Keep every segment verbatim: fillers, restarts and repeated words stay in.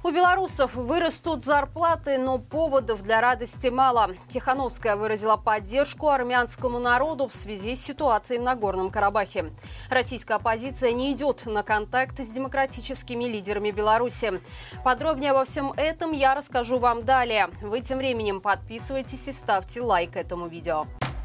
У белорусов вырастут зарплаты, но поводов для радости мало. Тихановская выразила поддержку армянскому народу в связи с ситуацией в Нагорном Карабахе. Российская оппозиция не идет на контакт с демократическими лидерами Беларуси. Подробнее обо всем этом я расскажу вам далее. Вы тем временем подписывайтесь и ставьте лайк этому видео.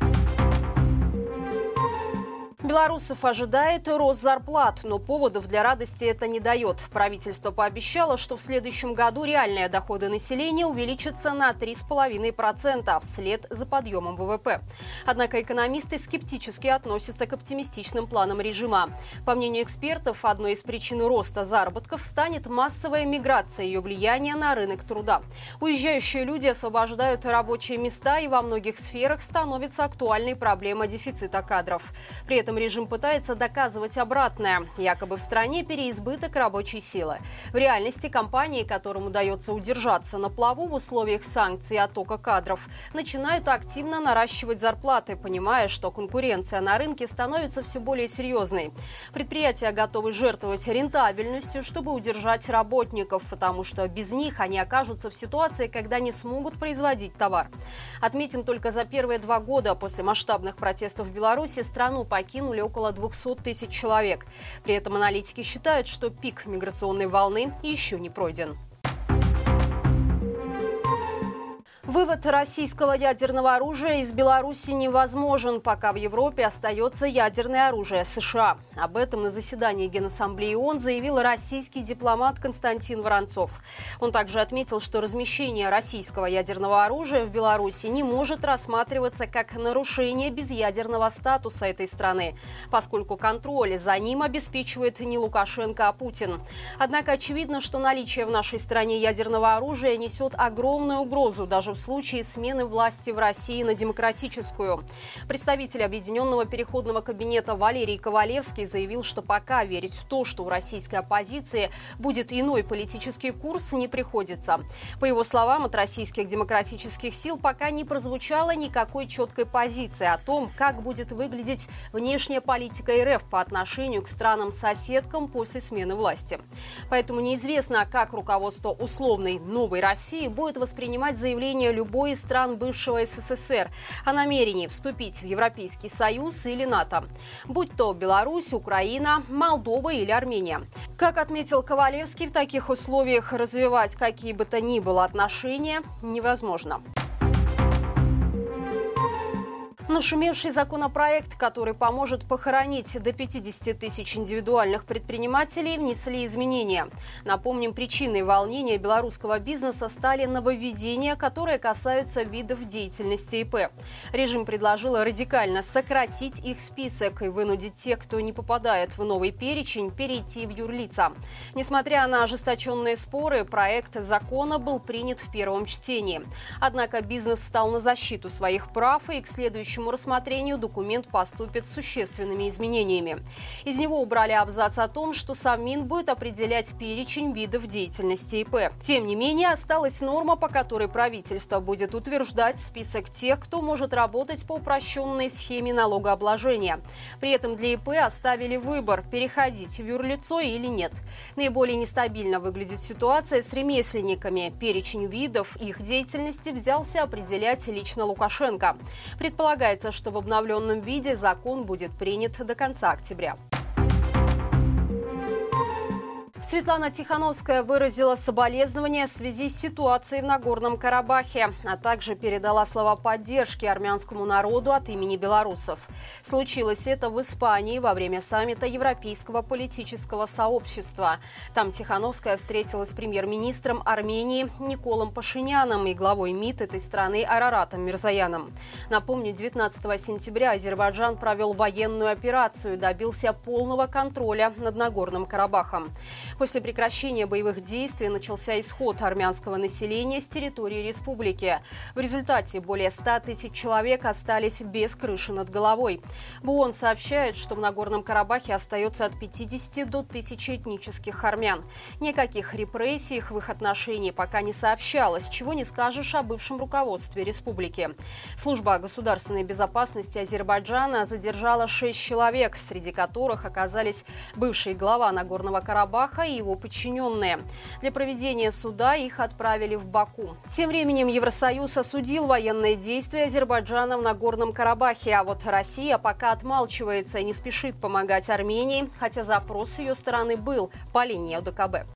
Белорусов ожидает рост зарплат, но поводов для радости это не дает. Правительство пообещало, что в следующем году реальные доходы населения увеличатся на три целых пять десятых процента вслед за подъемом вэ вэ пэ. Однако экономисты скептически относятся к оптимистичным планам режима. По мнению экспертов, одной из причин роста заработков станет массовая миграция и ее влияние на рынок труда. Уезжающие люди освобождают рабочие места, и во многих сферах становится актуальной проблема дефицита кадров. При этом режим пытается доказывать обратное. Якобы в стране переизбыток рабочей силы. В реальности компании, которым удается удержаться на плаву в условиях санкций и оттока кадров, начинают активно наращивать зарплаты, понимая, что конкуренция на рынке становится все более серьезной. Предприятия готовы жертвовать рентабельностью, чтобы удержать работников, потому что без них они окажутся в ситуации, когда не смогут производить товар. Отметим, только за первые два года после масштабных протестов в Беларуси страну покинули около двухсот тысяч человек. При этом аналитики считают, что пик миграционной волны еще не пройден. Вывод российского ядерного оружия из Беларуси невозможен, пока в Европе остается ядерное оружие США. Об этом на заседании Генассамблеи ООН заявил российский дипломат Константин Воронцов. Он также отметил, что размещение российского ядерного оружия в Беларуси не может рассматриваться как нарушение безъядерного статуса этой страны, поскольку контроль за ним обеспечивает не Лукашенко, а Путин. Однако очевидно, что наличие в нашей стране ядерного оружия несет огромную угрозу даже в случае смены власти в России на демократическую. Представитель Объединенного переходного кабинета Валерий Ковалевский заявил, что пока верить в то, что у российской оппозиции будет иной политический курс, не приходится. По его словам, от российских демократических сил пока не прозвучало никакой четкой позиции о том, как будет выглядеть внешняя политика эр эф по отношению к странам-соседкам после смены власти. Поэтому неизвестно, как руководство условной «Новой России» будет воспринимать заявление любой из стран бывшего эс эс эс эр о намерении вступить в Европейский Союз или НАТО, будь то Беларусь, Украина, Молдова или Армения. Как отметил Ковалевский, в таких условиях развивать какие бы то ни было отношения невозможно. Нашумевший законопроект, который поможет похоронить до пятидесяти тысяч индивидуальных предпринимателей, внесли изменения. Напомним, причиной волнения белорусского бизнеса стали нововведения, которые касаются видов деятельности и пэ. Режим предложил радикально сократить их список и вынудить тех, кто не попадает в новый перечень, перейти в юрлица. Несмотря на ожесточенные споры, проект закона был принят в первом чтении. Однако бизнес встал на защиту своих прав, и к следующему рассмотрению документ поступит с существенными изменениями. Из него убрали абзац о том, что Совмин будет определять перечень видов деятельности и пэ. Тем не менее, осталась норма, по которой правительство будет утверждать список тех, кто может работать по упрощенной схеме налогообложения. При этом для и пэ оставили выбор – переходить в юрлицо или нет. Наиболее нестабильно выглядит ситуация с ремесленниками. Перечень видов их деятельности взялся определять лично Лукашенко. Предполагается, что в обновленном виде закон будет принят до конца октября. Светлана Тихановская выразила соболезнования в связи с ситуацией в Нагорном Карабахе, а также передала слова поддержки армянскому народу от имени белорусов. Случилось это в Испании во время саммита Европейского политического сообщества. Там Тихановская встретилась с премьер-министром Армении Николом Пашиняном и главой МИД этой страны Араратом Мирзояном. Напомню, девятнадцатого сентября Азербайджан провел военную операцию и добился полного контроля над Нагорным Карабахом. После прекращения боевых действий начался исход армянского населения с территории республики. В результате более ста тысяч человек остались без крыши над головой. в ООН сообщают, что в Нагорном Карабахе остается от пятидесяти до тысячи этнических армян. Никаких репрессий в их отношении пока не сообщалось, чего не скажешь о бывшем руководстве республики. Служба государственной безопасности Азербайджана задержала шесть человек, среди которых оказались бывший глава Нагорного Карабаха олигарха и его подчиненные. Для проведения суда их отправили в Баку. Тем временем Евросоюз осудил военные действия Азербайджана в Нагорном Карабахе, а вот Россия пока отмалчивается и не спешит помогать Армении, хотя запрос с ее стороны был по линии ОДКБ.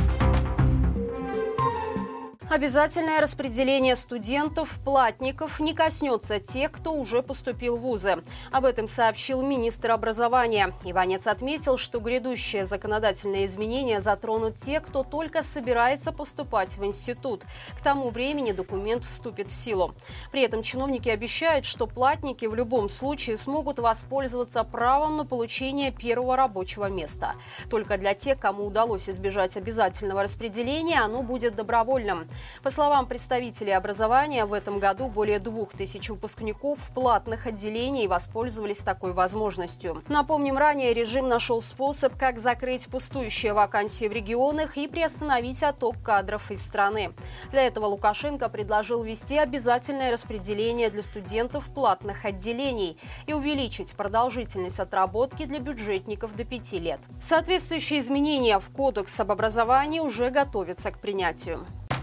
Обязательное распределение студентов-платников не коснется тех, кто уже поступил в вузы. Об этом сообщил министр образования. Иванец отметил, что грядущие законодательные изменения затронут тех, кто только собирается поступать в институт. К тому времени документ вступит в силу. При этом чиновники обещают, что платники в любом случае смогут воспользоваться правом на получение первого рабочего места. Только для тех, кому удалось избежать обязательного распределения, оно будет добровольным. По словам представителей образования, в этом году более двух тысяч выпускников платных отделений воспользовались такой возможностью. Напомним, ранее режим нашел способ, как закрыть пустующие вакансии в регионах и приостановить отток кадров из страны. Для этого Лукашенко предложил ввести обязательное распределение для студентов платных отделений и увеличить продолжительность отработки для бюджетников до пяти лет. Соответствующие изменения в Кодекс об образовании уже готовятся к принятию.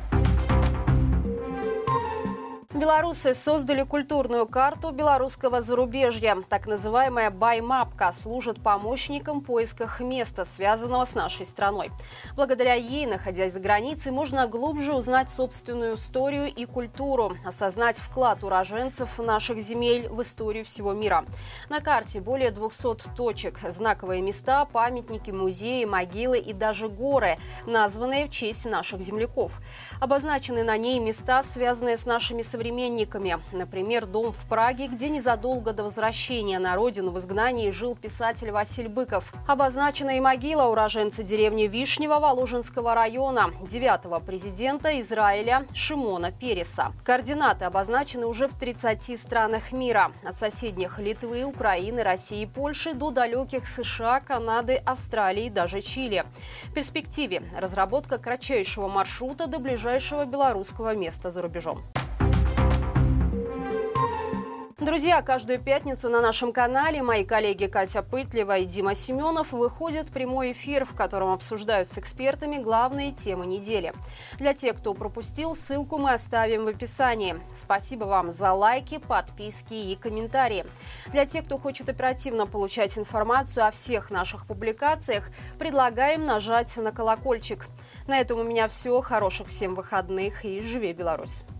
Белорусы создали культурную карту белорусского зарубежья. Так называемая «Баймапка» служит помощником в поисках места, связанного с нашей страной. Благодаря ей, находясь за границей, можно глубже узнать собственную историю и культуру, осознать вклад уроженцев наших земель в историю всего мира. На карте более двухсот точек, знаковые места, памятники, музеи, могилы и даже горы, названные в честь наших земляков. Обозначены на ней места, связанные с нашими современниками. современниками. Например, дом в Праге, где незадолго до возвращения на родину в изгнании жил писатель Василь Быков. Обозначена и могила уроженца деревни Вишнево Воложенского района, девятого президента Израиля Шимона Переса. Координаты обозначены уже в тридцати странах мира. От соседних Литвы, Украины, России, Польши до далеких США, Канады, Австралии и даже Чили. В перспективе разработка кратчайшего маршрута до ближайшего белорусского места за рубежом. Друзья, каждую пятницу на нашем канале мои коллеги Катя Пытлева и Дима Семенов выходят в прямой эфир, в котором обсуждают с экспертами главные темы недели. Для тех, кто пропустил, ссылку мы оставим в описании. Спасибо вам за лайки, подписки и комментарии. Для тех, кто хочет оперативно получать информацию о всех наших публикациях, предлагаем нажать на колокольчик. На этом у меня все. Хороших всем выходных и живи Беларусь!